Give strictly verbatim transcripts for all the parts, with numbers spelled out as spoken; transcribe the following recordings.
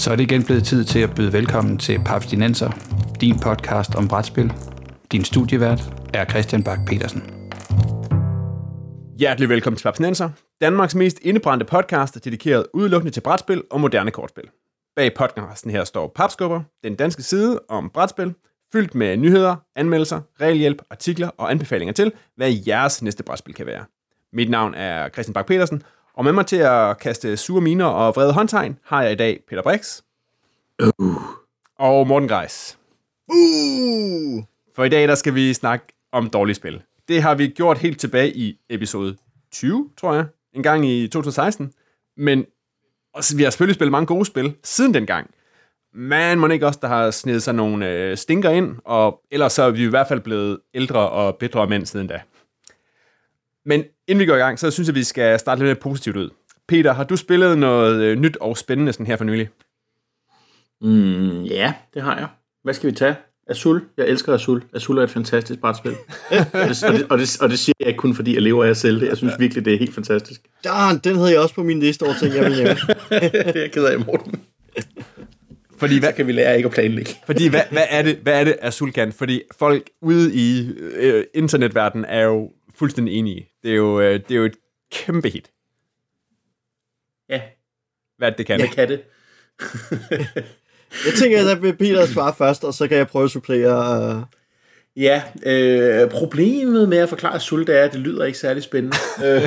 Så er det igen blevet tid til at byde velkommen til Papstinenser, din podcast om brætspil. Din studievært er Christian Bak Petersen. Hjertelig velkommen til Papstinenser, Danmarks mest indebrændte podcast, dedikeret udelukkende til brætspil og moderne kortspil. Bag podcasten her står Papskubber, den danske side om brætspil, fyldt med nyheder, anmeldelser, regelhjælp, artikler og anbefalinger til, hvad jeres næste brætspil kan være. Mit navn er Christian Bak Petersen, og med mig til at kaste sure miner og vrede håndtegn har jeg i dag Peter Brix uh. og Morten Greis. Uh. For i dag der skal vi snakke om dårlige spil. Det har vi gjort helt tilbage i episode tyve, tror jeg, en gang i to tusind og seksten. Men også, vi har selvfølgelig spillet mange gode spil siden dengang. Men må ikke også, der har snedet sig nogle øh, stinker ind, og ellers så er vi i hvert fald blevet ældre og bedre mænd siden da. Men inden vi går i gang, så synes jeg, vi skal starte lidt mere positivt ud. Peter, har du spillet noget øh, nyt og spændende sådan her for nylig? Mm, ja, det har jeg. Hvad skal vi tage? Azul. Jeg elsker Azul. Azul er et fantastisk brætspil. og, det, og, det, og, det, og det siger jeg ikke kun fordi jeg lever af at sælge det. Jeg synes virkelig, det er helt fantastisk. Darn, den havde jeg også på min liste over ting, jeg vil nævne. Det er jeg ked af, Morten. Fordi hvad så kan vi lære ikke at planlægge. Fordi hvad, hvad er det, hvad er det Azul kan? Fordi folk ude i øh, internetverdenen er jo fuldstændig enige. Det er jo, øh, det er jo et kæmpe hit. Ja. Hvad det kan. Hvad kan det? Jeg tænker, at vil Peter svare først, og så kan jeg prøve at supplere. Uh... Ja, øh, problemet med at forklare Azul, det er, at det lyder ikke særlig spændende.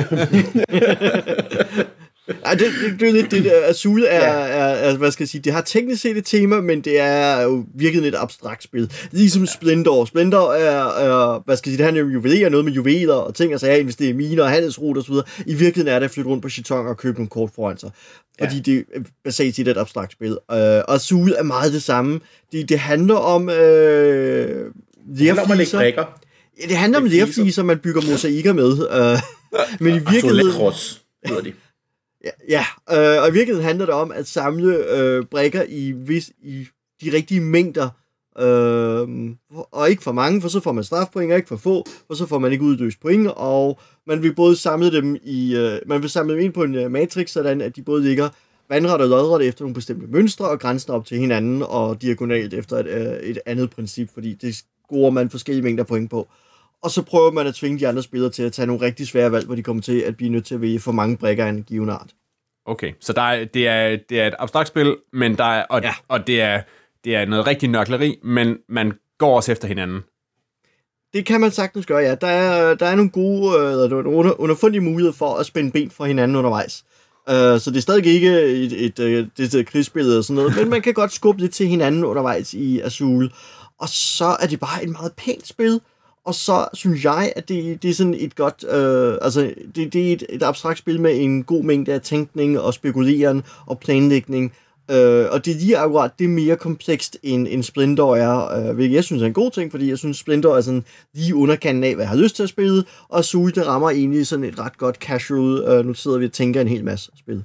Ej, det, det, det er lidt det. Azul er, ja. er, er, hvad skal jeg sige, det har teknisk set et tema, men det er jo virkelig et abstrakt spil. Ligesom Splendor. Splendor er, er, hvad skal jeg sige, det handler om juveler, noget med juveler og ting, altså jeg investerer i miner og handelsruter og så videre. I virkeligheden er det at flytte rundt på chitonger og købe nogle kort foran sig. Fordi ja. det er basalt set et abstrakt spil. Uh, og Azul er meget det samme. Det, det handler om uh, lerfliser. Det handler om at lægge brækker. Ja, det handler om lerfliser, man bygger mosaikker med. Uh, men i virkeligheden... Azoletros hedder de. Ja, ja. Øh, og i virkeligheden handler det om at samle øh, brikker i, vis, i de rigtige mængder, øh, og ikke for mange, for så får man strafpoint, og ikke for få, for så får man ikke uddøst point, og man vil både samle dem i, øh, man vil samle dem ind på en uh, matrix, sådan at de både ligger vandret og lodret efter nogle bestemte mønstre, og grænsen op til hinanden, og diagonalt efter et, øh, et andet princip, fordi det scorer man forskellige mængder point på. Og så prøver man at tvinge de andre spillere til at tage nogle rigtig svære valg, hvor de kommer til at blive nødt til at vælge for mange brikker af en given art. Okay, så der er, det, er, det er et abstrakt spil, men der er, og, ja. og det, er, det er noget rigtig nørkleri, men man går også efter hinanden. Det kan man sagtens gøre, ja. Der er, der er nogle gode, øh, under, underfundige muligheder for at spænde ben for hinanden undervejs. Uh, så det er stadig ikke et, et, et, et, et krigsspil og sådan noget, men man kan godt skubbe lidt til hinanden undervejs i Azul. Og så er det bare et meget pænt spil. Og så synes jeg, at det, det er sådan et godt, øh, altså det, det er et, et abstrakt spil med en god mængde af tænkning og spekuleren og planlægning. Øh, og det er lige akkurat, det er mere komplekst end, end Splendor er, øh, hvilket jeg synes er en god ting, fordi jeg synes Splendor er sådan lige underkanten af, hvad jeg har lyst til at spille, og Azul, det rammer egentlig sådan et ret godt casual, øh, nu sidder vi og tænker en hel masse spil.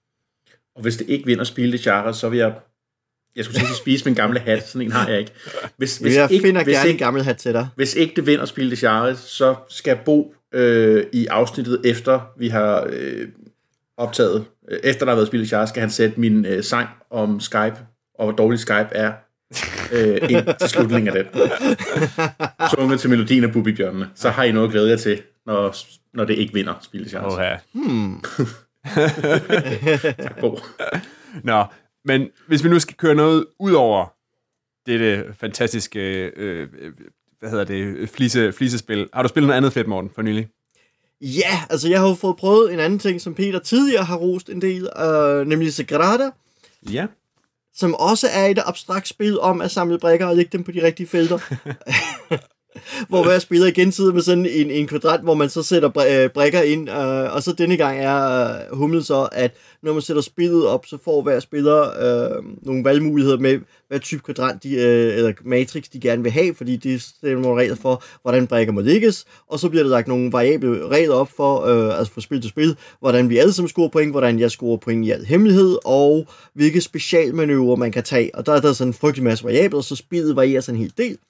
Og hvis det ikke vinder Spiel des Jahres, så vil jeg Jeg skulle sige spise min gamle hat, sådan en har jeg ikke. Hvis, hvis jeg ikke, finder hvis gerne ikke, en gammel hat til dig. Hvis ikke det vinder Spiel des Jahres, så skal Bo øh, i afsnittet efter vi har øh, optaget, øh, efter der har været Spiel des Jahres, skal han sætte min øh, sang om Skype, og hvor dårlig Skype er, øh, ind til slutningen af den. Sunget til melodien af Bubibjørnene. Så har I noget at glæde jer til, når, når det ikke vinder Spiel des Jahres. Okay. Hmm. Tak, Bo. Nå, men hvis vi nu skal køre noget ud over dette fantastiske, øh, hvad hedder det, flise, flisespil. Har du spillet noget andet fedt, Morten, for nylig? Ja, altså jeg har jo fået prøvet en anden ting, som Peter tidligere har rost en del, øh, nemlig Sagrada. Ja. Som også er et abstrakt spil om at samle brikker og lægge dem på de rigtige felter. Hvor hver spiller igen sidder med sådan en, en kvadrat, hvor man så sætter brikker ind, øh, og så denne gang er øh, humlen så, at når man sætter spillet op, så får hver spiller øh, nogle valgmuligheder med, hvad type kvadrant de, øh, eller matrix de gerne vil have, fordi det stiller nogle regler for, hvordan brikker må lægges, og så bliver der lagt nogle variable regler op for, øh, altså fra spil til spil, hvordan vi alle sammen scorer point, hvordan jeg scorer point i al hemmelighed, og hvilke specialmanøvrer man kan tage, og der er der sådan en frygtelig masse variabler, så spillet varierer sådan en hel del.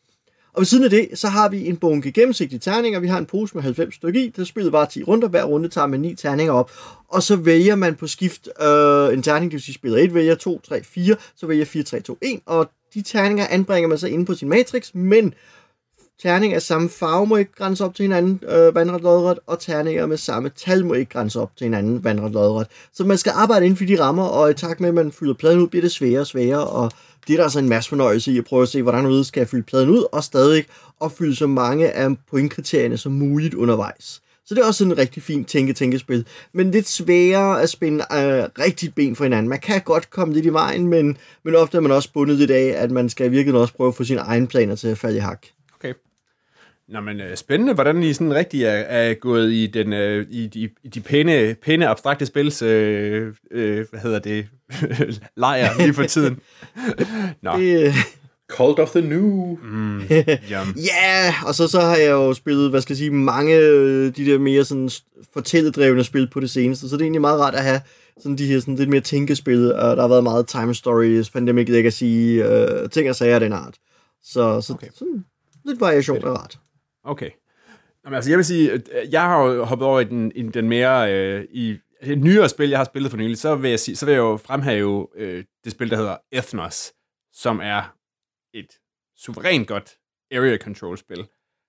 Og ved siden af det, så har vi en bunke gennemsigtige terninger. Vi har en pose med halvfems stykker i. Der spiller bare ti runder. Hver runde tager man ni terninger op. Og så vælger man på skift øh, en terning, det vil sige spiller et, vælger to, tre, fire, så vælger fire, tre, to, en. Og de terninger anbringer man så inde på sin matrix, men terninger af samme farve må ikke grænse op til hinanden øh, vandret lodret, og terninger med samme tal må ikke grænse op til hinanden vandret lodret. Så man skal arbejde inden for de rammer, og i takt med, at man fylder pladen ud, bliver det sværere og sværere, og det er der altså en masse fornøjelse i at prøve at se, hvordan ud skal jeg fylde pladen ud, og stadig opfylde så mange af pointkriterierne som muligt undervejs. Så det er også en rigtig fint tænke-tænkespil, men lidt sværere at spænde øh, rigtigt ben for hinanden. Man kan godt komme lidt i vejen, men, men ofte er man også bundet lidt af, at man skal virkelig også prøve at få sine egne planer til at falde i hak. Okay. Nå, men øh, spændende, hvordan I sådan rigtig er, er gået i, den, øh, i, de, i de pæne, pæne abstrakte spils, øh, øh, hvad hedder det, lejr lige for tiden. Nå. Det, Cult of the New. Mm, ja, yeah, og så, så har jeg jo spillet, hvad skal jeg sige, mange øh, de der mere sådan fortælledrevne spil på det seneste, så det er egentlig meget rart at have sådan de her sådan lidt mere tænkespil, og der har været meget Time Stories, Pandemic Legacy, øh, ting og sager af den art. Så, så okay. Sådan lidt variation er rart. Okay. Jamen, altså, jeg vil sige, jeg har jo hoppet over i den, i den mere, øh, i et nyere spil, jeg har spillet for nylig, så vil jeg, sige, så vil jeg jo fremhæve øh, det spil, der hedder Ethnos, som er et suverænt godt area control spil.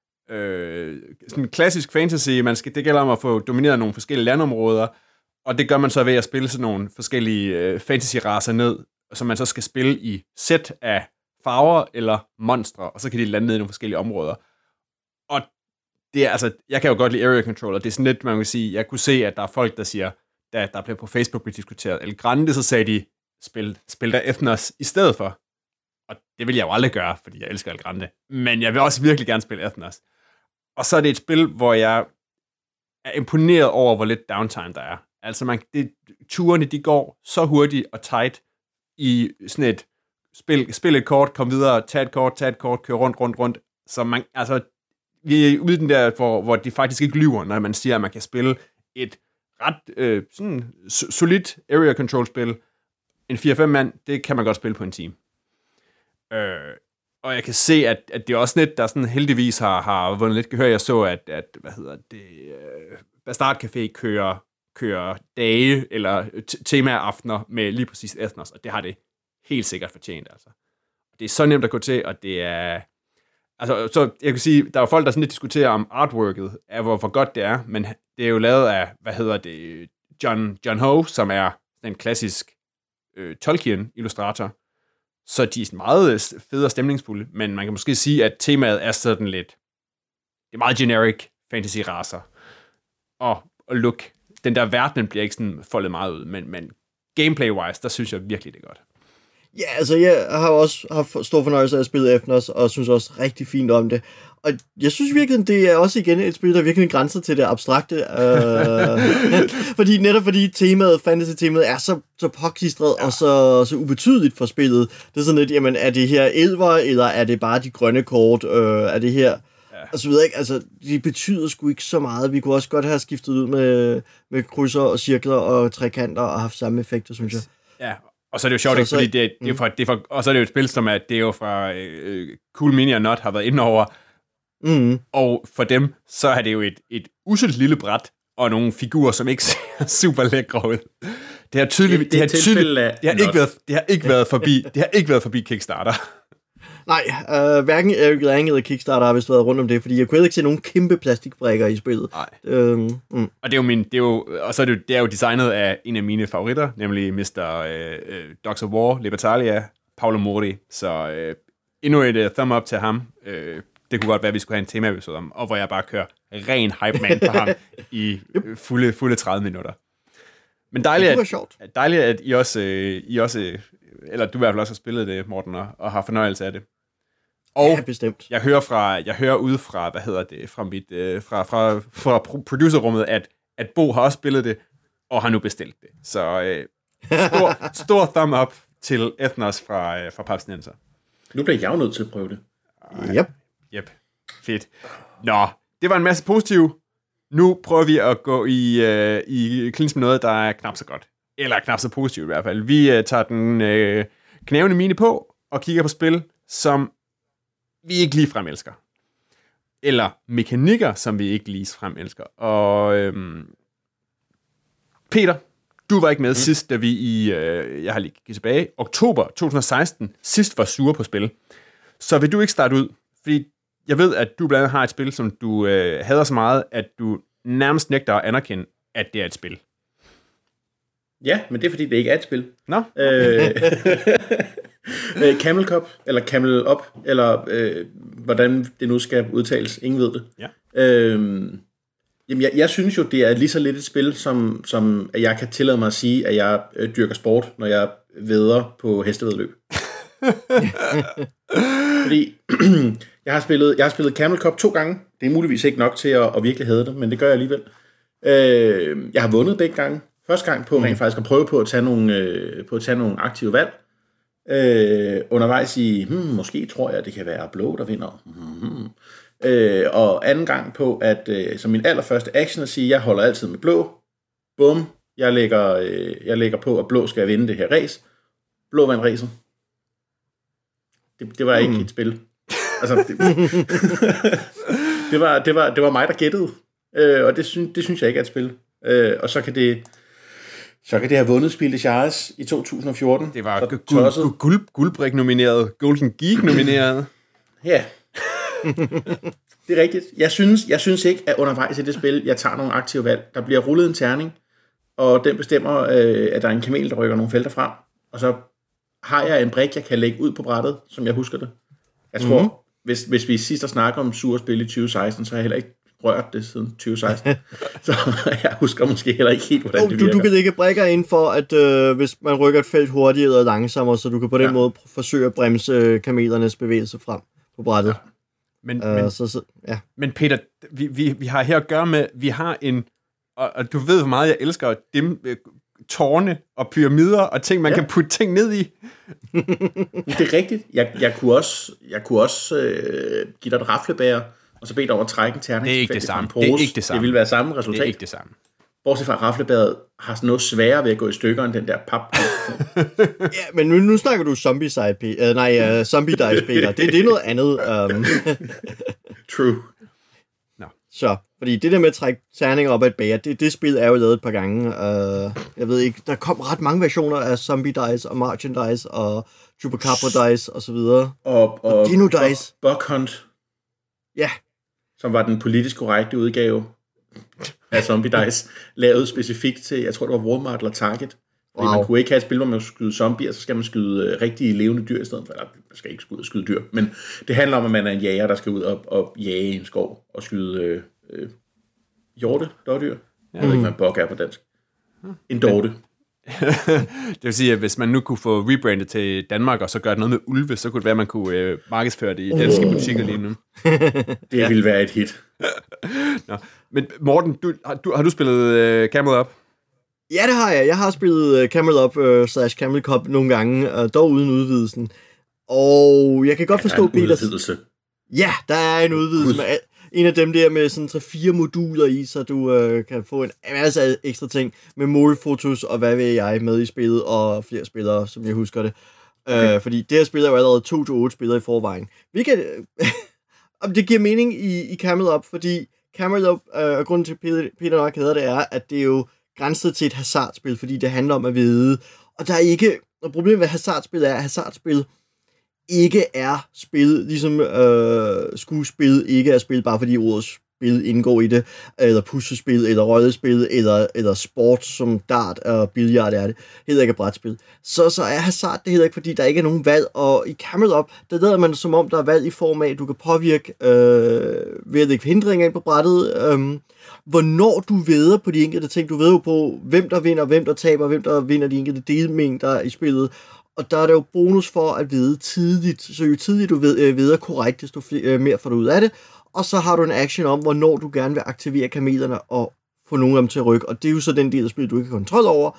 Øh, sådan en klassisk fantasy, man skal, det gælder om at få domineret nogle forskellige landområder, og det gør man så ved at spille sådan nogle forskellige øh, fantasy-racer ned, som man så skal spille i sæt af farver eller monstre, og så kan de lande ned i nogle forskellige områder. Og det er altså, jeg kan jo godt lide area control, og det er sådan lidt, man kan sige, jeg kunne se, at der er folk, der siger, da der blev på Facebook blev diskuteret El Grande, så sagde de, spil, spil der Ethnos i stedet for. Og det vil jeg jo aldrig gøre, fordi jeg elsker El Grande. Men jeg vil også virkelig gerne spille Ethnos. Og så er det et spil, hvor jeg er imponeret over, hvor lidt downtime der er. Altså, man, det, turene, de går så hurtigt og tight i sådan et spil, spil et kort, kom videre, tag et kort, tag et kort, køre rundt, rundt, rundt. Så man, altså, vi er ude den der, hvor, hvor de faktisk ikke lyver, når man siger, at man kan spille et ret øh, sådan solidt area control spil. En fire fem mand, det kan man godt spille på en time. Øh, og jeg kan se, at, at det er også lidt, der sådan heldigvis har, har vundet lidt gehør. Jeg så, at, at hvad hedder det, øh, Bastard Café kører, kører dage eller t- temaaftener med lige præcis Ethnos, og det har det helt sikkert fortjent, altså. Det er så nemt at gå til, og det er... Altså, så jeg kan sige, der er jo folk, der sådan lidt diskuterer om artworket, af hvor, hvor godt det er, men det er jo lavet af, hvad hedder det, John, John Ho, som er en klassisk øh, Tolkien-illustrator. Så de er meget fede og stemningsfulde, men man kan måske sige, at temaet er sådan lidt, det er meget generic fantasy-racer. Og, og look, den der verden bliver ikke sådan foldet meget ud, men, men gameplay-wise, der synes jeg virkelig, det er godt. Ja, altså jeg har også haft stor fornøjelse af at spille Ethnos, og synes også rigtig fint om det. Og jeg synes virkelig, det er også igen et spil, der virkelig grænser til det abstrakte. Øh, fordi netop fordi temaet, fantasy-temaet er så, så påklistret ja. og så, så ubetydeligt for spillet. Det er sådan lidt, jamen er det her elver, eller er det bare de grønne kort? Øh, er det her... Ja. Og så videre, ikke? Altså, de betyder sgu ikke så meget. Vi kunne også godt have skiftet ud med, med krydser og cirkler og trekanter og haft samme effekter, synes jeg. Ja, og så er det jo sjovt, ikke, fordi det, det, er fra, det er fra, og så er det jo et spil, som er, det er jo fra øh, Cool Mini og Not har været inde over. Mm. Og for dem, så er det jo et, et uselt lille bræt, og nogle figurer, som ikke ser super lækre ud. Det har tydeligt, det, det, det har tydeligt, det har ikke været, det har ikke været forbi, det har ikke været forbi Kickstarter. Nej, øh, hverken Eric Lang eller Kickstarter har vist været rundt om det, fordi jeg kunne ikke se nogen kæmpe plastikbrikker i spillet. Nej. Øhm, mm. Og det er jo min, det er jo, og så er det, jo, det er jo designet af en af mine favoritter, nemlig mister Øh, øh, doctor War, Libertalia, Paolo Mori. Så øh, endnu et uh, thumb up til ham. Øh, det kunne godt være, at vi skulle have en tema-episode om, og hvor jeg bare kører ren hype man på ham i øh, fulde, fulde tredive minutter. Men dejligt, at, dejligt, at I også, øh, I også øh, eller du i hvert fald også har spillet det, Morten, og, og har fornøjelse af det. Og ja, bestemt. jeg hører fra, jeg hører ude fra, hvad hedder det, fra mit, øh, fra, fra, fra producerrummet, at, at Bo har også spillet det, og har nu bestilt det. Så øh, stor, stor thumb up til Ethnos fra, øh, fra Papstinenser. Nu bliver jeg jo nødt til at prøve det. Yep. Yep. Fedt. Nå, det var en masse positive. Nu prøver vi at gå i, øh, i klins med noget, der er knap så godt. Eller knap så positivt i hvert fald. Vi øh, tager den øh, knævende mine på, og kigger på spil, som vi ikke lige fremelsker. Eller mekanikker, som vi ikke lige fremelsker. Og øhm, Peter, du var ikke med mm. sidst, da vi i, øh, jeg har lige gik tilbage, oktober to tusind og seksten, sidst var sure på spil. Så vil du ikke starte ud? Fordi jeg ved, at du blandt andet har et spil, som du øh, hader så meget, at du nærmest nægter at anerkende, at det er et spil. Ja, men det er fordi, det ikke er et spil. Nå? Okay. Øh, Camel Cup, eller Camel Up, eller øh, hvordan det nu skal udtales. Ingen ved det. Ja. Øh, jamen, jeg, jeg synes jo, det er lige så lidt et spil, som, som at jeg kan tillade mig at sige, at jeg øh, dyrker sport, når jeg vædder på hestevedløb. Fordi jeg har spillet jeg har spillet Camel Cup to gange. Det er muligvis ikke nok til at, at virkelig hade det, men det gør jeg alligevel. Øh, jeg har vundet begge gange. Første gang på rent faktisk at prøve på at tage nogle, øh, på at tage nogle aktive valg. Øh, undervejs i, hmm, måske tror jeg, det kan være blå, der vinder. Hmm. Øh, og anden gang på, at øh, som min allerførste action at sige, jeg holder altid med blå. Bum, jeg lægger, øh, jeg lægger på, at blå skal vinde det her race. Blå vandt racet. Det, det var ikke mm. et spil. Altså, det, det, var, det, var, det var mig, der gættede. Øh, og det, synes, det synes jeg ikke er et spil. Øh, og så kan det så kan det have vundet Spiel des Jahres i to tusind og fjorten. Det var guld, guld, guldbrik nomineret, Golden Geek nomineret. Ja. Det er rigtigt. Jeg synes, jeg synes ikke, at undervejs i det spil, jeg tager nogle aktive valg. Der bliver rullet en terning, og den bestemmer, øh, at der er en kamel, der rykker nogle felter frem. Og så har jeg en brik, jeg kan lægge ud på brættet, som jeg husker det. Jeg tror, mm-hmm. hvis, hvis vi sidst har snakket om sure spil i tyve seksten, så har jeg heller ikke rørt det siden tyve seksten. Så jeg husker måske heller ikke helt, hvordan oh, det virker. Du, du kan lægge brikker ind for, at øh, hvis man rykker et felt hurtigere eller langsommere, så du kan på den ja. måde forsøge at bremse kamelernes bevægelse frem på brættet. Ja. Men, uh, men, så, så, ja. men Peter, vi, vi, vi har her at gøre med, vi har en, og, og du ved, hvor meget jeg elsker dem, tårne og pyramider og ting, man ja. kan putte ting ned i. Det er rigtigt. Jeg, jeg kunne også, jeg kunne også øh, give dig et raflebæger, og så bede dig om at trække en terning. Det er ikke det samme. Det er ikke det samme. Det ville være samme resultat. Det er ikke det samme. Bortset fra, at raflebæret har sådan noget sværere ved at gå i stykker end den der pap. Ja, men nu, nu snakker du zombie side, Peter. Uh, nej, uh, zombie dice, Peter. Det, det er noget andet. Um. True. No. Så, fordi det der med at trække terninger op af et bager, det, det spil er jo lavet et par gange. Uh, jeg ved ikke, der kom ret mange versioner af zombie dice og margin dice og chupacabra dice og så videre. Og, og, og dino dice. Buck Hunt. Ja. Som var den politisk korrekte udgave af Zombie Dice, lavet specifikt til, jeg tror det var Walmart eller Target. Fordi wow. man kunne ikke have et spil, hvor man skulle skyde zombier, så skal man skyde rigtige levende dyr i stedet for. Eller, man skal ikke skyde, skyde dyr, men det handler om, at man er en jæger, der skal ud og, og jage i en skov og skyde øh, øh, hjorte, dårdyr. Jeg ved ikke, hvad en bok er på dansk. En dorte. Det vil sige, at hvis man nu kunne få rebrandet til Danmark, og så gøre noget med ulve, så kunne det være, at man kunne øh, markedsføre det i danske oh. butikker lige nu. Det ja. ville være et hit. Nå. Men Morten, du, har, du, har du spillet øh, Camel Up? Ja, det har jeg. Jeg har spillet uh, Camel Up uh, slash Camel Cup nogle gange, uh, dog uden udvidelsen. Og jeg kan godt ja, forstå Peters... udvidelse. Ja, der er en udvidelse med en af dem der med sådan tre fire moduler i, så du øh, kan få en masse af ekstra ting med målfotos og hvad ved jeg med i spillet, og flere spillere, som jeg husker det. Okay. Øh, fordi det her spil er jo allerede to til otte spillere i forvejen. Hvilket, det giver mening i, i Camel Up, fordi Camel Up, øh, og grunden til Peter, Peter nok hedder det, er, at det er jo grænset til et hasardspil, fordi det handler om at vide. Og der er ikke, og problemet med hasardspil er, at hasardspil ikke er spil, ligesom øh, skuespil ikke er spil, bare fordi ordet spil indgår i det, eller puslespil, eller rollespil, eller, eller sport som dart og billiard er det, heller ikke er brætspil. Så, så er hasard det heller ikke, fordi der ikke er nogen valg, og i Camel Up, der lader man som om, der er valg i form af, at du kan påvirke øh, ved at lægge hindringer ind på brættet, øh, hvornår du vædder på de enkelte ting. Du ved jo på, hvem der vinder, hvem der taber, hvem der vinder de enkelte delmængder i spillet. Og der er der jo bonus for at vide tidligt. Så jo tidligt du ved, øh, veder korrekt, desto flere, øh, mere får du ud af det. Og så har du en action om, hvornår du gerne vil aktivere kamelerne og få nogle af dem til at rykke. Og det er jo så den del af spillet, du ikke har kontrol over.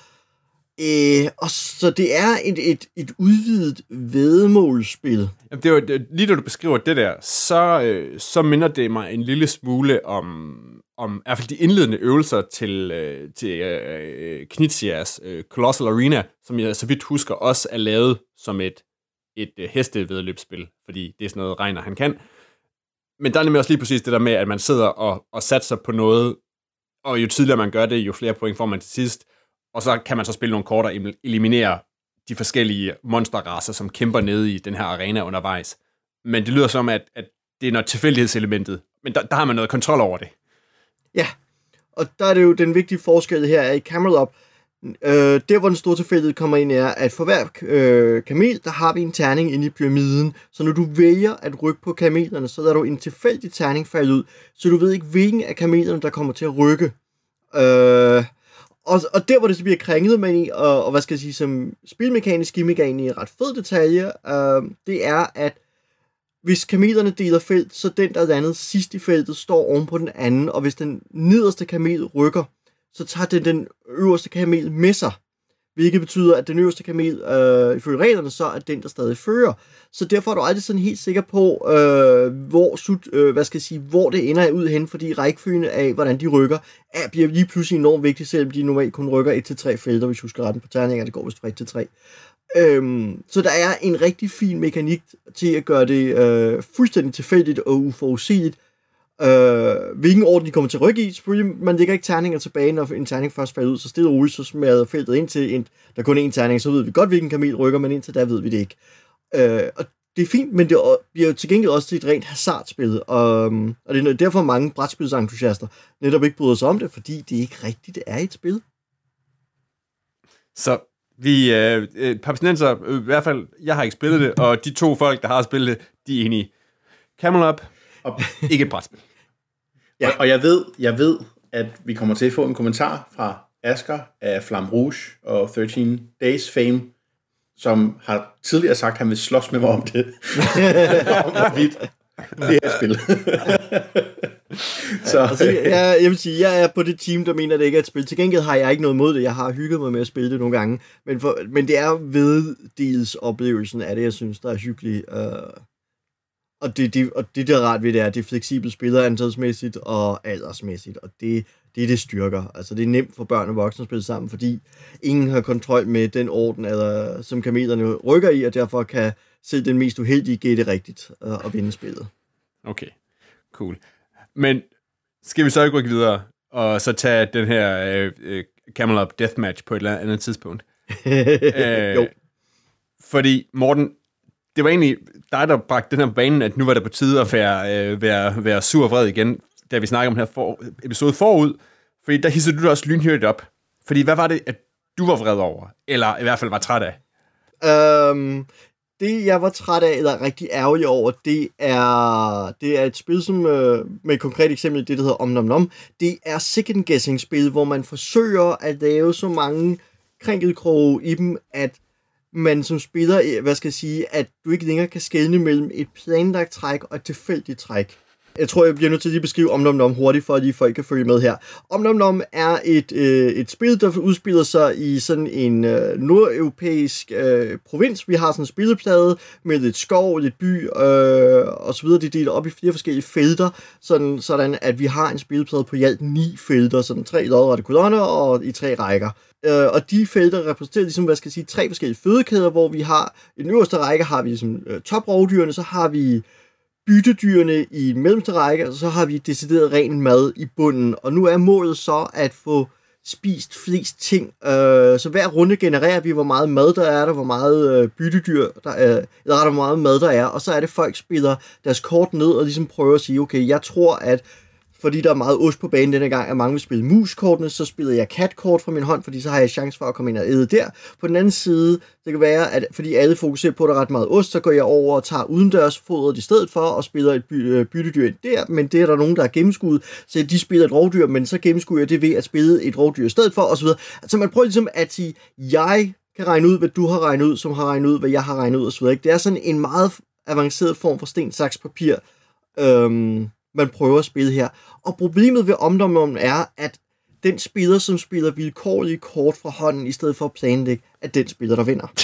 Øh, og så det er et, et, et udvidet væddemålsspil. Jamen, det var, det, lige da du beskriver det der, så, øh, så minder det mig en lille smule om, om i hvert fald de indledende øvelser til, øh, til øh, Knizias øh, Colossal Arena, som jeg så vidt husker også er lavet som et et øh, hestevedløbsspil, fordi det er sådan noget, Reiner han kan. Men der er nemlig også lige præcis det der med, at man sidder og, og satser på noget, og jo tidligere man gør det, jo flere point får man til sidst, og så kan man så spille nogle kort og eliminere de forskellige monsterracer, som kæmper nede i den her arena undervejs. Men det lyder som, at, at det er noget tilfældighedselementet, men der, der har man noget kontrol over det. Ja, og der er det jo den vigtige forskel her i Camelot. Øh, der, hvor den store tilfældighed kommer ind, er, at for hver øh, kamel, der har vi en terning inde i pyramiden. Så når du vælger at rykke på kamelerne, så lader du en tilfældig terning falde ud, så du ved ikke, hvilken af kamelerne, der kommer til at rykke. Øh, og, og der, hvor det så bliver krænget med, og, og hvad skal jeg sige, som spilmekanisk gimmick er egentlig en ret fed detalje, øh, det er, at hvis kamelerne deler felt, så den, der landet sidst i feltet, står oven på den anden, og hvis den nederste kamel rykker, så tager den den øverste kamel med sig. Hvilket betyder, at den øverste kamel, øh, ifølge reglerne, så er den, der stadig fører. Så derfor er du aldrig sådan helt sikker på, øh, hvor, øh, hvad skal jeg sige, hvor det ender ud hen, fordi rækkefølgen af, hvordan de rykker, er, bliver lige pludselig enormt vigtigt, selvom de normalt kun rykker et til tre felter, hvis du husker retten på terninger, det går vist fra et til tre. Øhm, så der er en rigtig fin mekanik til at gøre det øh, fuldstændig tilfældigt og uforudsigeligt, øh, hvilken orden de kommer til at rykke i. Selvfølgelig, man lægger ikke terninger tilbage, når en terning først falder ud, så stille og roligt, så smadrer feltet ind til, en, der kun er en terning, så ved vi godt, hvilken kamel rykker, men indtil der ved vi det ikke. Øh, og det er fint, men det bliver jo til gengæld også til et rent hasardspil, og, og det er derfor mange brætspilsentusiaster netop ikke bryder sig om det, fordi det ikke rigtigt det er et spil. Så vi, øh, øh, papstinenser, øh, i hvert fald, jeg har ikke spillet det, og de to folk, der har spillet det, de er enige. Camelot, ikke et brætspil. Ja, og jeg ved, jeg ved, at vi kommer til at få en kommentar fra Asger af Flamme Rouge og tretten Days Fame, som har tidligere sagt, at han vil slås med mig om det. om hvorvidt det er et spil. Så, altså, jeg, jeg vil sige, jeg er på det team, der mener, at det ikke er et spil. Til gengæld har jeg ikke noget mod det. Jeg har hygget mig med at spille det nogle gange. Men, for, men det er veddelsoplevelsen af det, jeg synes, der er hyggeligt. Uh, og, det, det, og det, der er rart ved det, er, at det er fleksibelt spillerantalsmæssigt og aldersmæssigt. Og det, det er det styrker. Altså, det er nemt for børn og voksne at spille sammen, fordi ingen har kontrol med den orden, eller, som kamelerne rykker i, og derfor kan selv den mest uheldige gætte rigtigt uh, og vinde spillet. Okay, cool. Men skal vi så ikke rykke videre, og så tage den her øh, Camelot Deathmatch på et eller andet tidspunkt? øh, jo. Fordi, Morten, det var egentlig dig, der bragte den her banen, at nu var det på tide at være, øh, være, være sur og vred igen, da vi snakkede om den her for, episode forud, fordi der hissede du også lynhurtigt op. Fordi hvad var det, at du var vred over? Eller i hvert fald var træt af? Um Det, jeg var træt af, eller rigtig ærgerlig over, det er, det er et spil, som øh, med et konkret eksempel, det der hedder Om Nom Nom, det er second-guessing-spil, hvor man forsøger at lave så mange krænkelkroge i dem, at man som spiller, hvad skal jeg sige, at du ikke længere kan skelne mellem et planlagt træk og et tilfældigt træk. Jeg tror, jeg bliver nødt til at lige beskrive Om Nom Nom hurtigt, for at de folk kan følge med her. Om Nom Nom er et, øh, et spil, der udspiller sig i sådan en øh, nordeuropæisk øh, provins. Vi har sådan en spilleplade med lidt skov, lidt by øh, og så videre. Det deler op i flere forskellige felter, sådan, sådan at vi har en spilleplade på i alt ni felter, sådan tre lodrette kolonner og i tre rækker. Øh, og de felter repræsenterer ligesom, hvad skal jeg sige, tre forskellige fødekæder, hvor vi har, i den øverste række har vi ligesom øh, toprovdyrene, så har vi byttedyrene i den mellemste række, og så har vi decideret ren mad i bunden. Og nu er målet så at få spist flest ting. Øh, så hver runde genererer vi, hvor meget mad der er der, hvor meget øh, byttedyr der er, eller ret hvor meget mad der er. Og så er det, folk spiller deres kort ned og ligesom prøver at sige, okay, jeg tror, at fordi der er meget ost på banen denne gang, at mange vil spille muskortene, så spiller jeg katkort fra min hånd, fordi så har jeg chance for at komme ind og æde der. På den anden side, det kan være, at fordi alle fokuserer på, at der er ret meget ost, så går jeg over og tager udendørsfodret i stedet for, og spiller et by- byttedyr ind der, men det er der nogen, der er gennemskuddet, så de spiller et rovdyr, men så gennemskuer jeg det ved at spille et rovdyr i stedet for, osv. Altså man prøver ligesom at sige, jeg kan regne ud, hvad du har regnet ud, som har regnet ud, hvad jeg har regnet ud, osv. Det er sådan en meget avanceret form for sten, saks, papir, øhm, man prøver at spille her. Og problemet ved Om Nom Nom er, at den spiller, som spiller vilkårlige kort fra hånden, i stedet for at planlægge, er den spiller, der vinder.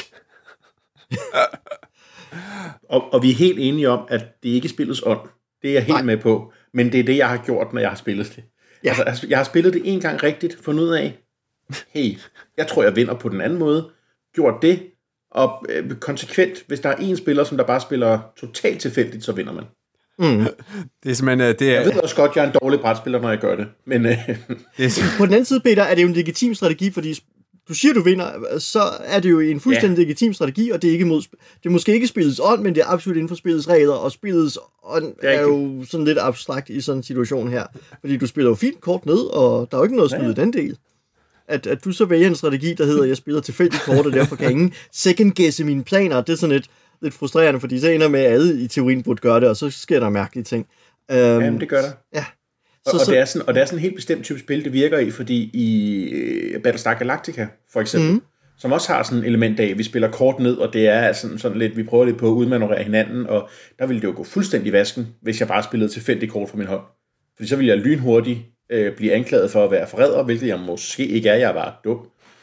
og, og vi er helt enige om, at det ikke er spillets ånd. Det er jeg helt Nej. med på. Men det er det, jeg har gjort, når jeg har spillet det. Ja. Altså, jeg har spillet det en gang rigtigt, fundet ud af, hey, jeg tror, jeg vinder på den anden måde. Gjort det, og øh, konsekvent, hvis der er en spiller, som der bare spiller totalt tilfældigt, så vinder man. Mm. Det er simpelthen... Det er... Jeg ved også godt, at jeg er en dårlig brætspiller, når jeg gør det. Men, øh... det er... På den anden side, Peter, er det jo en legitim strategi, fordi du siger, du vinder, så er det jo en fuldstændig ja. legitim strategi, og det er, ikke mod, det er måske ikke spillets ånd, men det er absolut inden for spillets regler, og spillets ånd er, er jo sådan lidt abstrakt i sådan en situation her. Fordi du spiller jo fint kort ned, og der er jo ikke noget at skyde ja. den del. At, at du så vælger en strategi, der hedder, at jeg spiller tilfældigt kort, og derfor kan ingen second-guesse mine planer. Det er sådan lidt, lidt frustrerende, fordi så ender med, at alle i teorien burde gøre det, og så sker der mærkelige ting. Um, Jamen, det gør der. Ja. Så, og, så, og, det er sådan, og det er sådan en helt bestemt type spil, det virker i, fordi i uh, Battlestar Galactica, for eksempel, mm. som også har sådan et element af, at vi spiller kort ned, og det er sådan, sådan lidt, vi prøver lidt på at udmanøvrere hinanden, og der ville det jo gå fuldstændig i vasken, hvis jeg bare spillede tilfældigt kort fra min hånd. Fordi så ville jeg lynhurtigt øh, blive anklaget for at være forræder, hvilket jeg måske ikke er, jeg er bare dum.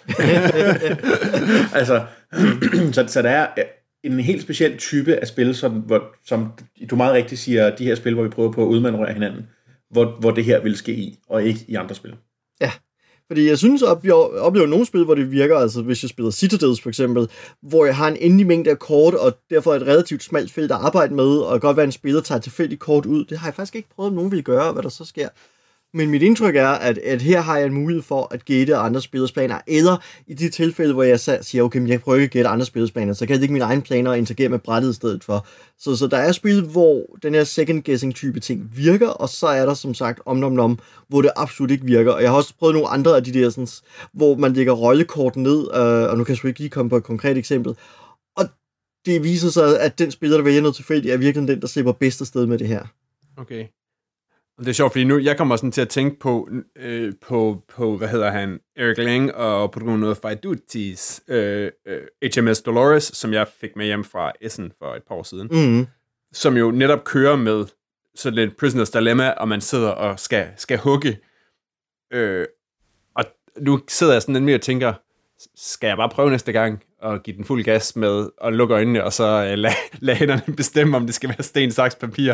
altså, så, så der er en helt speciel type af spil, som, hvor, som du meget rigtigt siger, de her spil, hvor vi prøver på at udmanøvrere hinanden, hvor, hvor det her vil ske i, og ikke i andre spil. Ja, fordi jeg synes, at jeg oplever nogle spil, hvor det virker, altså hvis jeg spiller Citadels for eksempel, hvor jeg har en endelig mængde af kort, og derfor et relativt smalt felt at arbejde med, og godt være en spiller tager tilfældigt kort ud. Det har jeg faktisk ikke prøvet, om nogen vil gøre, hvad der så sker. Men mit indtryk er, at, at her har jeg en mulighed for at gætte andre spillers planer, eller i de tilfælde, hvor jeg siger, okay, men jeg prøver ikke at gætte andre spillers planer, så kan jeg ikke mine egne planer og interagere med brættet i stedet for. Så, så der er spil, hvor den her second-guessing type ting virker, og så er der som sagt om nom nom, hvor det absolut ikke virker. Og jeg har også prøvet nogle andre af de der, sådan, hvor man lægger rollekort ned, øh, og nu kan jeg sgu ikke lige komme på et konkret eksempel. Og det viser sig, at den spiller, der vælger noget tilfældigt, er virkelig den, der slipper bedst afsted med det her. Okay. Det er sjovt, fordi nu, jeg kommer sådan til at tænke på, øh, på, på hvad hedder han, Eric Lang og på grund af Fight Duties øh, øh, H M S Dolores, som jeg fik med hjem fra Essen for et par år siden, mm. som jo netop kører med sådan lidt Prisoner's Dilemma, og man sidder og skal, skal hugge. Øh, og nu sidder jeg sådan lidt mere og tænker, skal jeg bare prøve næste gang og give den fuld gas med og lukke øjnene, og så øh, lade, lade hænderne bestemme, om det skal være sten, saks, papir,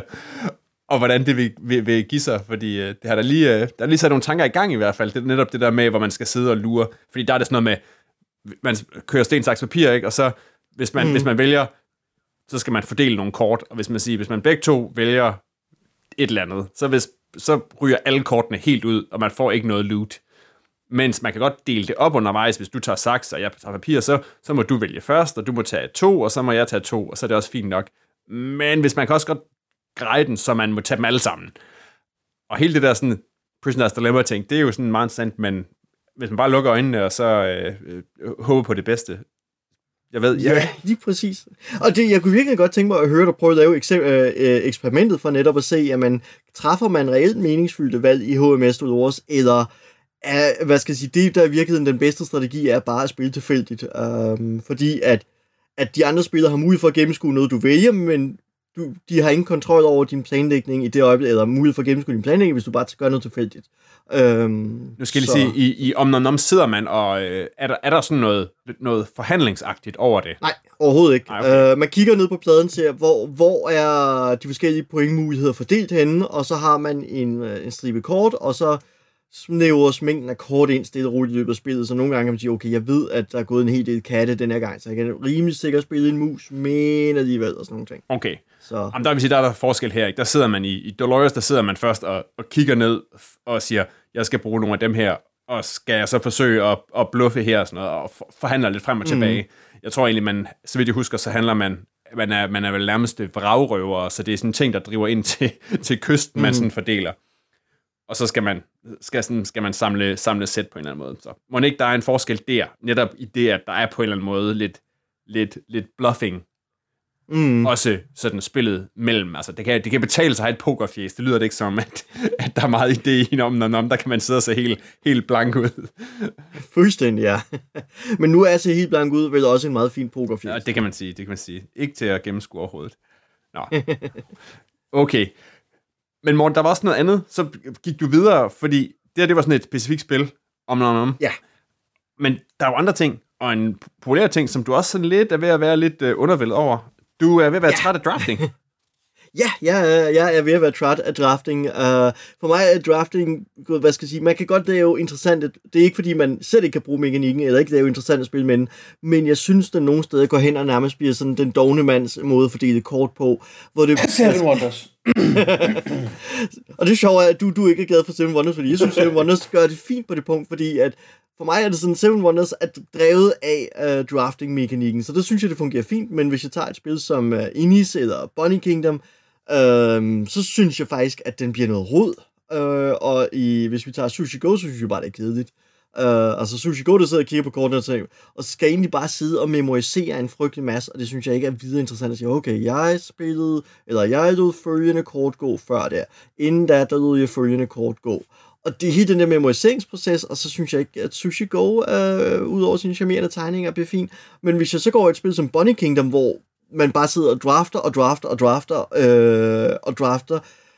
og hvordan det vil, vil, vil give sig, fordi øh, det har der lige, øh, der er lige sat nogle tanker i gang i hvert fald. Det er netop det der med, hvor man skal sidde og lure, fordi der er det sådan noget med, man kører sten, saks, papir, ikke? Og så, hvis man, mm. hvis man vælger, så skal man fordele nogle kort, og hvis man siger, hvis man begge to vælger et eller andet, så, hvis, så ryger alle kortene helt ud, og man får ikke noget loot. Mens man kan godt dele det op undervejs, hvis du tager saks, og jeg tager papir, så, så må du vælge først, og du må tage to, og så må jeg tage to, og så er det også fint nok. Men hvis man kan også godt greje den, så man må tage dem alle sammen. Og hele det der sådan Prisoner's Dilemma ting, det er jo sådan meget sandt, men hvis man bare lukker øjnene, og så øh, øh, håber på det bedste. Jeg ved, ja, jeg... lige præcis. Og det, jeg kunne virkelig godt tænke mig at høre dig prøve at lave eksem- øh, eksperimentet for netop at se, jamen, træffer man reelt meningsfyldte valg i H M S Dolores, eller er, hvad skal jeg sige, det der i virkeligheden den bedste strategi er bare at spille tilfældigt. Um, fordi at, at de andre spillere har mulighed for at gennemskue noget, du vælger, men du, de har ingen kontrol over din planlægning i det øjeblik, eller mulighed for at gennemskue din planlægning, hvis du bare gør noget tilfældigt. Um, nu skal jeg lige sige, i, i om når om sidder man, og øh, er, der, er der sådan noget, noget forhandlingsagtigt over det? Nej, overhovedet ikke. Nej, okay. uh, man kigger ned på pladen, ser, hvor, hvor er de forskellige pointmuligheder fordelt henne, og så har man en, en stribe kort, og så snævres mængden af kort ind stille og roligt i løbet af spillet, så nogle gange kan man sige, okay, jeg ved, at der er gået en hel del katte den her gang, så jeg kan rimelig sikkert spille en mus, men alligevel og sådan nogle ting. Okay. Så. Jamen, der vil sige, der er der forskel her, ikke? Der sidder man i, i Dolores, der sidder man først og, og kigger ned og siger, jeg skal bruge nogle af dem her, og skal jeg så forsøge at, at bluffe her og sådan noget, og forhandler lidt frem og tilbage. Mm. Jeg tror egentlig, man, så vidt jeg husker, så handler man, man er, man er vel nærmest vragrøver, så det er sådan en ting, der driver ind til, til kysten, mm. man sådan fordeler. Og så skal man, skal, sådan, skal man samle, samle sæt på en eller anden måde. Så må ikke der er en forskel der, netop i det, at der er på en eller anden måde lidt, lidt, lidt bluffing. Mm. Også sådan spillet mellem. Altså, det kan, det kan betale sig at have et pokerfjæs. Det lyder det ikke som, at, at der er meget idé i om, når om der kan man sidde og se helt, helt blank ud. Fuldstændig, ja. Men nu er at se helt blank ud vel også en meget fin pokerfjæs. Ja, det kan man sige, det kan man sige. Ikke til at gennemskue overhovedet. Nå. Okay. Men Morten, der var også noget andet, så gik du videre, fordi det her, det var sådan et specifikt spil, om noget om. Ja. Men der er jo andre ting, og en populær ting, som du også sådan lidt er ved at være lidt uh, undervældet over. Du er ved at være ja. træt af drafting. Ja, jeg er, jeg er ved at være træt af drafting. Uh, for mig er drafting, hvad skal jeg sige, man kan godt lave interessant. Det er ikke fordi, man selv ikke kan bruge mekanikken, eller ikke lave interessant at spille med den, men jeg synes, den nogle steder går hen og nærmest bliver sådan den dovne mands måde at fordele kort på. Hvor det, Seven Wonders. Og det er sjovt, at du, du ikke er glad for Seven Wonders, fordi jeg synes, Seven Wonders gør det fint på det punkt, fordi at for mig er det sådan, Seven Wonders er drevet af uh, drafting-mekanikken, så det synes jeg, det fungerer fint, men hvis jeg tager et spil som uh, Innis eller Bunny Kingdom, uh, så synes jeg faktisk, at den bliver noget rod, uh, og i, hvis vi tager Sushi Go, så synes jeg bare, det er kedeligt. Uh, altså Sushi Go, der sidder og kigger på kortene og tænker, og skal egentlig bare sidde og memorisere en frygtelig masse, og det synes jeg ikke er videre interessant at sige, okay, jeg spillede, eller jeg lod følgende kort gå før der, inden da, der lod jeg følgende kort gå. Og det er hele den der memoriseringsproces, og så synes jeg ikke, at Sushi Go, øh, ud over sine charmerende tegninger, bliver fint. Men hvis jeg så går et spil som Bunny Kingdom, hvor man bare sidder og drafter og drafter og drafter øh, og drafter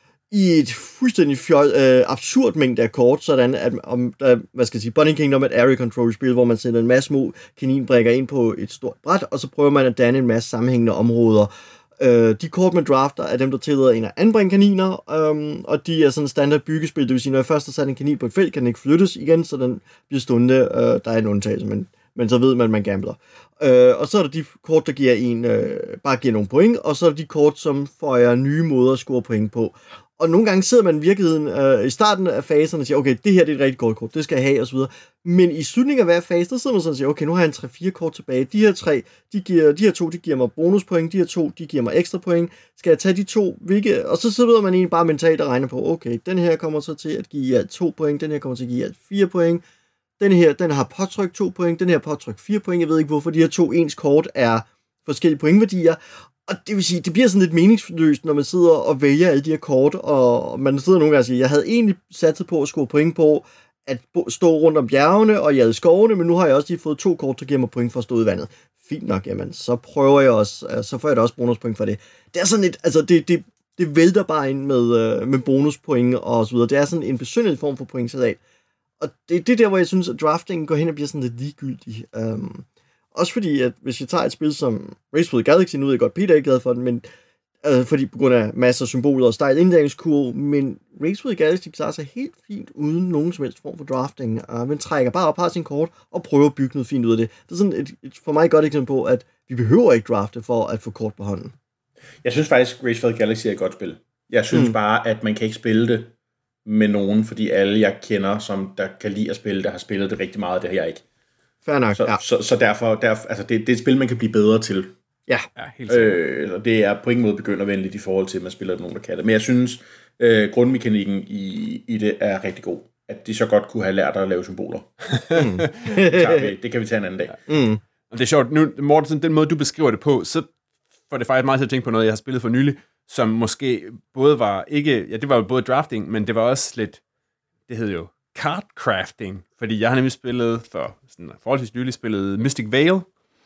i et fuldstændig fjol, øh, absurd mængde af kort, sådan at, om, der, hvad skal jeg sige, Bunny Kingdom er et area control spil, hvor man sætter en masse små kaninbrikker ind på et stort bræt, og så prøver man at danne en masse sammenhængende områder. Øh, de kort, man drafter, er dem, der tillader en at anbringe kaniner, øhm, og de er sådan standard byggespil, det vil sige, når jeg først har sat en kanin på et felt, kan den ikke flyttes igen, så den bliver stående. Øh, der er en undtagelse, men, men så ved man, at man gambler. Øh, og så er der de kort, der giver en, øh, bare giver nogle point, og så er der de kort, som får jer nye måder at score point på. Og nogle gange sidder man i virkeligheden øh, i starten af faserne og siger, okay, det her det er et rigtig godt kort, det skal jeg have, og så videre. Men i slutningen af hver fase, der sidder man sådan og siger, okay, nu har jeg en tre fire kort tilbage. De her tre, de, giver, de her to, de giver mig bonuspoint, de her to, de giver mig ekstra point. Skal jeg tage de to, hvilke? Og så sidder man egentlig bare mentalt og regner på, okay, den her kommer så til at give jer to point, den her kommer til at give jer fire point. Den her, den har påtryk to point, den her påtryk fire point. Jeg ved ikke, hvorfor de her to ens kort er forskellige pointværdier. Og det vil sige, det bliver sådan lidt meningsløst, når man sidder og vælger alle de her kort, og man sidder nogle gange og siger, jeg havde egentlig satset på at score point på at stå rundt om bjergene og jage skovene, men nu har jeg også lige fået to kort, der giver mig point for at stå i vandet. Fint nok, jamen, så prøver jeg også, så får jeg da også bonuspoint for det. Det er sådan lidt, altså det, det, det vælter bare ind med, med bonuspoint og så videre. Det er sådan en besynderlig form for pointsalat. Og det, det er der, hvor jeg synes, at drafting går hen og bliver sådan lidt ligegyldig. Um, Også fordi, at hvis jeg tager et spil som Race for the Galaxy, nu er jeg godt, Peter er ikke glad for den, men øh, fordi på grund af masser af symboler og stejl inddelingskurve, men Race for the Galaxy klarer sig helt fint uden nogen som helst form for drafting. Uh, man trækker bare op, har sin kort og prøver at bygge noget fint ud af det. Det er sådan et, et for mig et godt eksempel på, at vi behøver ikke drafte for at få kort på hånden. Jeg synes faktisk, Race for the Galaxy er et godt spil. Jeg synes mm. bare, at man kan ikke spille det med nogen, fordi alle jeg kender, som der kan lide at spille, der har spillet det rigtig meget, det har jeg ikke. Fair nok, så, ja. så, så derfor, derfor altså det, det er et spil, man kan blive bedre til. Ja, ja helt sikkert. Øh, og det er på ingen måde begyndervenligt i forhold til, at man spiller nogen, der kan det. Men jeg synes, øh, grundmekanikken i, i det er rigtig god. At de så godt kunne have lært at lave symboler. Mm. det, det kan vi tage en anden dag. Mm. Og det er sjovt, nu, Mortensen, den måde, du beskriver det på, så får det faktisk meget til at tænke på noget, jeg har spillet for nylig, som måske både var ikke, ja, det var jo både drafting, men det var også lidt, det hed jo cardcrafting, fordi jeg har nemlig spillet for sådan forholdsvis nylig spillet Mystic Vale,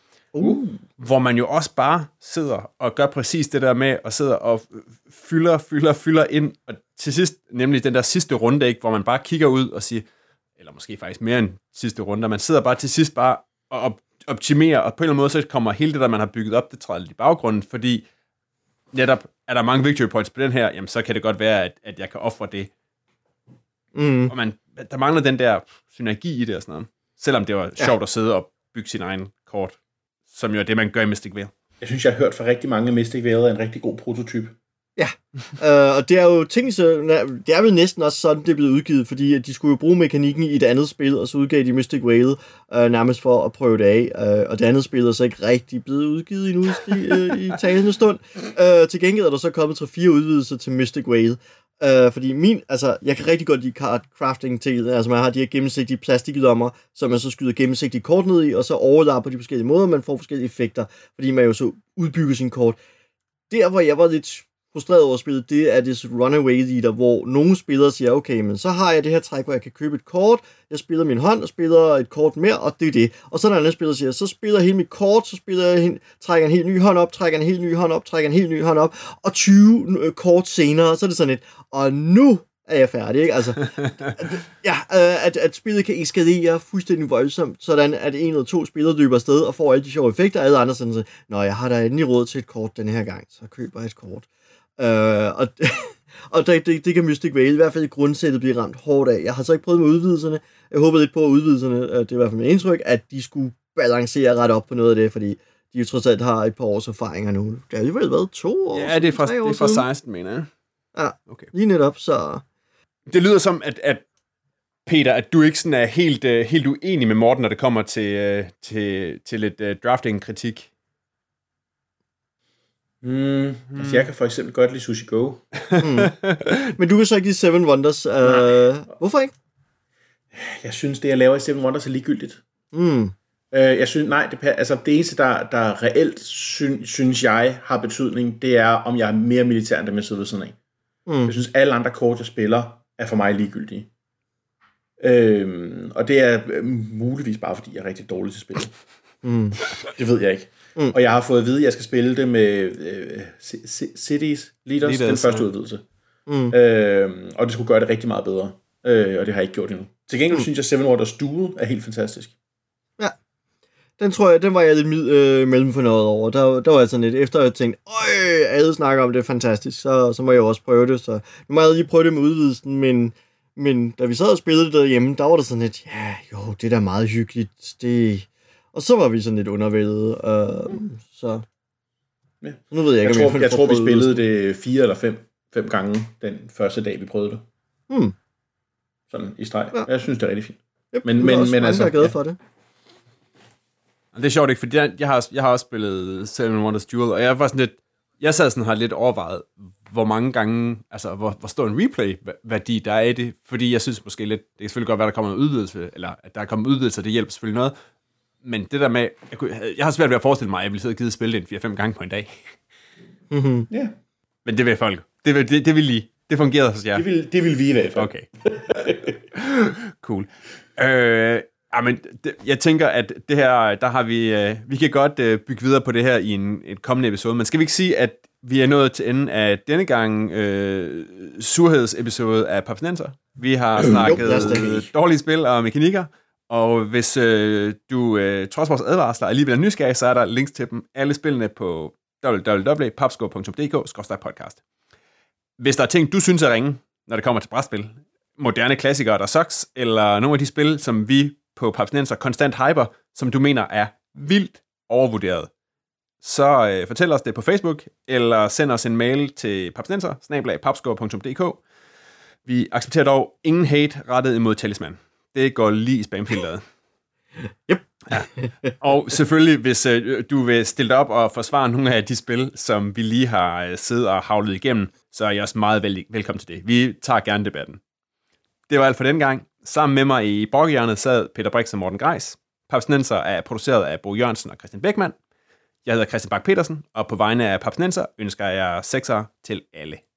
uh. hvor man jo også bare sidder og gør præcis det der med, og sidder og fylder, fylder, fylder ind, og til sidst, nemlig den der sidste runde, ikke, hvor man bare kigger ud og siger, eller måske faktisk mere end sidste runde, man sidder bare til sidst bare og op- optimerer, og på en eller anden måde, så kommer hele det der, man har bygget op, det træder lidt i baggrunden, fordi netop, er der mange victory points på den her, jamen så kan det godt være, at, at jeg kan ofre det. Mm. Og man, der mangler den der synergi i det og sådan noget. Selvom det var sjovt ja. at sidde og bygge sin egen kort, som jo er det, man gør i Mystic Vale. Jeg synes, jeg har hørt fra rigtig mange, at Mystic Vale er en rigtig god prototype. Ja, øh, og det er jo ting, så det er vel næsten også sådan, det er blevet udgivet, fordi at de skulle jo bruge mekanikken i et andet spil, og så udgav de Mystic Vale øh, nærmest for at prøve det af, øh, og det andet spil er så ikke rigtig blevet udgivet endnu i, øh, i talende stund. Øh, til gengæld er der så kommet tre fire udvidelser til Mystic Vale, øh, fordi min, altså, jeg kan rigtig godt lide card crafting til, altså man har de her gennemsigtige plastiklommer, som man så skyder gennemsigtige kort ned i, og så overlapper de forskellige måder, man får forskellige effekter, fordi man jo så udbygger sin kort. Der, hvor jeg var lidt frustreret over spillet, det er det runaway leader, hvor nogle spillere siger, okay, men så har jeg det her træk, hvor jeg kan købe et kort, jeg spiller min hånd og spiller et kort mere, og det er det. Og så er der andre spillere, der siger, så spiller jeg hele mit kort, så spiller jeg, trækker en helt ny hånd op, trækker en helt ny hånd op, trækker en helt ny hånd op, og tyve kort senere, så er det sådan et, og nu er jeg færdig, ikke? Altså, ja, at, at spillet kan eskalere fuldstændig voldsomt, sådan at en eller to spillere løber afsted og får alle de sjove effekter, og alle andre sådan, så, nå, jeg har da endelig råd til et kort den her gang, så køber jeg et kort. Øh, og og det, det, det kan Mystic Vale i hvert fald i grundsættet blive ramt hårdt af. Jeg har så ikke prøvet med udvidelserne. Jeg håbede lidt på, at udvidelserne, det er i hvert fald mit indtryk, at de skulle balancere ret op på noget af det, fordi de jo trods alt har et par års erfaringer nu. Det har alligevel været to år. Ja, det er fra, tre år det er fra siden. seksten, mener jeg. Ja, okay. Lige netop, så... Det lyder som, at, at Peter, at du ikke sådan er helt, uh, helt uenig med Morten, når det kommer til, uh, til, til lidt uh, drafting-kritik. Mm, mm. Altså, jeg kan for eksempel godt lide Sushi Go. mm. Men du kan så ikke lide Seven Wonders. Uh, hvorfor ikke? Jeg synes, det jeg laver i Seven Wonders er ligegyldigt. Mm. Uh, jeg synes, nej, det, altså, det eneste, der, der reelt syn, synes jeg har betydning, det er, om jeg er mere militær, end dem jeg sidder ved siden af. Mm. Jeg synes, alle andre kort, jeg spiller, er for mig ligegyldige. Øhm, og det er øh, muligvis bare, fordi jeg er rigtig dårlig til spillet. Mm. Det ved jeg ikke. Mm. Og jeg har fået at vide, at jeg skal spille det med øh, Cities Leaders, Leaders, den første ja. udvidelse. Mm. Øhm, og det skulle gøre det rigtig meget bedre. Øh, og det har jeg ikke gjort endnu. Til gengæld mm. synes jeg, Seven Wonders Duel er helt fantastisk. Ja. Den tror jeg, den var jeg lidt øh, mellemfornøjet over. Der, der var jeg sådan lidt, efter jeg tænkte, øj, alle snakker om det, er fantastisk, så, så må jeg også prøve det. Så nu må jeg lige prøve det med udvidelsen, men, men da vi sad og spillede det derhjemme, der var der sådan lidt, ja, jo, det er da meget hyggeligt. Det... Og så var vi sådan lidt undervældet. Øh, mm. Så ja. nu ved jeg ikke, jeg om tror, jeg, jeg tror vi spillede det fire eller fem, fem gange den første dag, vi prøvede det. Hmm. Sådan i streg. Ja. Jeg synes, det er rigtig fint. Yep, men men, men altså, jeg er glad ja. for det. Det er sjovt ikke, fordi jeg, jeg, har, jeg har også spillet Seven Wonders Duel, og jeg var sådan lidt, jeg sad sådan har lidt overvejet, hvor mange gange, altså hvor, hvor stor en replay-værdi der er i det, fordi jeg synes måske lidt, det kan selvfølgelig godt være, der kommer en udvidelse, eller at der er kommet udvidelser, det hjælper selvfølgelig noget, men det der med, jeg, kunne, jeg har svært ved at forestille mig, at jeg ville sidde og gide spille det en fire fem gange på en dag. Mm-hmm. Ja. Men det vil folk. Det vil, det, det vil lige. Det fungerede hos jer. Det vil, det vil vi i hvert fald. Okay. Cool. Øh, men det, jeg tænker, at det her, der har vi, øh, vi kan godt øh, bygge videre på det her i en et kommende episode, men skal vi ikke sige, at vi er nået til enden af denne gang øh, surhedsepisode af Papsnenser? Vi har snakket jo, dårlige spil og mekanikker, og hvis øh, du øh, trods vores advarsler alligevel er nysgerrig, så er der links til dem alle spillene på w w w punktum papsko punktum d k skråstreg podcast. Hvis der er ting, du synes er ringe, når det kommer til brætspil, moderne klassikere, der sucks, eller nogle af de spil, som vi på Papsnenser konstant hyper, som du mener er vildt overvurderet, så øh, fortæl os det på Facebook, eller send os en mail til papsnenser snabel-a papsko punktum d k. Vi accepterer dog ingen hate rettet imod Talisman. Det går lige i spamfilteret. Yep. Ja. Og selvfølgelig, hvis øh, du vil stille dig op og forsvare nogle af de spil, som vi lige har øh, siddet og havlet igennem, så er jeg også meget vel- velkommen til det. Vi tager gerne debatten. Det var alt for den gang. Sammen med mig i Borgerhjernet sad Peter Brix og Morten Greis. Papsnenser er produceret af Bo Jørgensen og Christian Beckmann. Jeg hedder Christian Bak Petersen, og på vegne af Papsnenser ønsker jeg sekser til alle.